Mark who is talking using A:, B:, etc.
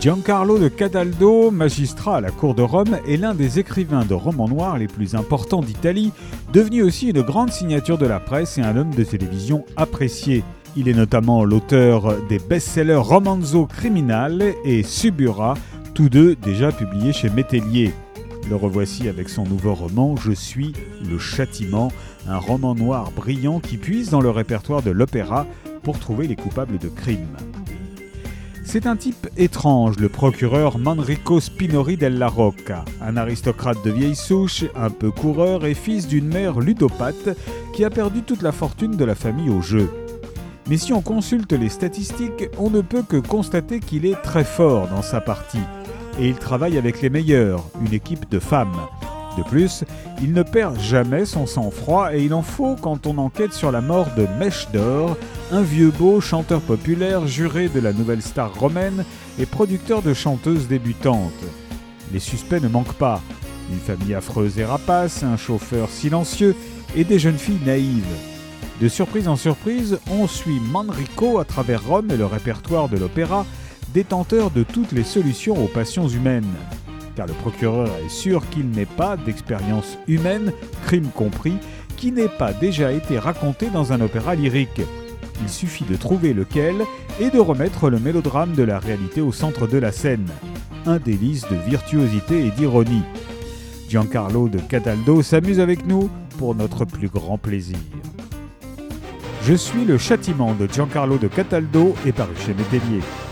A: Giancarlo de Cataldo, magistrat à la cour de Rome, est l'un des écrivains de romans noirs les plus importants d'Italie, devenu aussi une grande signature de la presse et un homme de télévision apprécié. Il est notamment l'auteur des best-sellers Romanzo Criminale et Subura, tous deux déjà publiés chez Métellier. Le revoici avec son nouveau roman « Je suis le châtiment », un roman noir brillant qui puise dans le répertoire de l'opéra pour trouver les coupables de crimes. C'est un type étrange, le procureur Manrico Spinori della Rocca, un aristocrate de vieille souche, un peu coureur et fils d'une mère ludopathe qui a perdu toute la fortune de la famille au jeu. Mais si on consulte les statistiques, on ne peut que constater qu'il est très fort dans sa partie. Et il travaille avec les meilleurs, une équipe de femmes. De plus, il ne perd jamais son sang-froid et il en faut quand on enquête sur la mort de Mèche d'Or, un vieux beau chanteur populaire juré de la nouvelle star romaine et producteur de chanteuses débutantes. Les suspects ne manquent pas. Une famille affreuse et rapace, un chauffeur silencieux et des jeunes filles naïves. De surprise en surprise, on suit Manrico à travers Rome et le répertoire de l'opéra, détenteur de toutes les solutions aux passions humaines. Car le procureur est sûr qu'il n'est pas d'expérience humaine, crime compris, qui n'ait pas déjà été raconté dans un opéra lyrique. Il suffit de trouver lequel et de remettre le mélodrame de la réalité au centre de la scène. Un délice de virtuosité et d'ironie. Giancarlo de Cataldo s'amuse avec nous pour notre plus grand plaisir. Je suis le châtiment de Giancarlo de Cataldo est paru chez Métellier.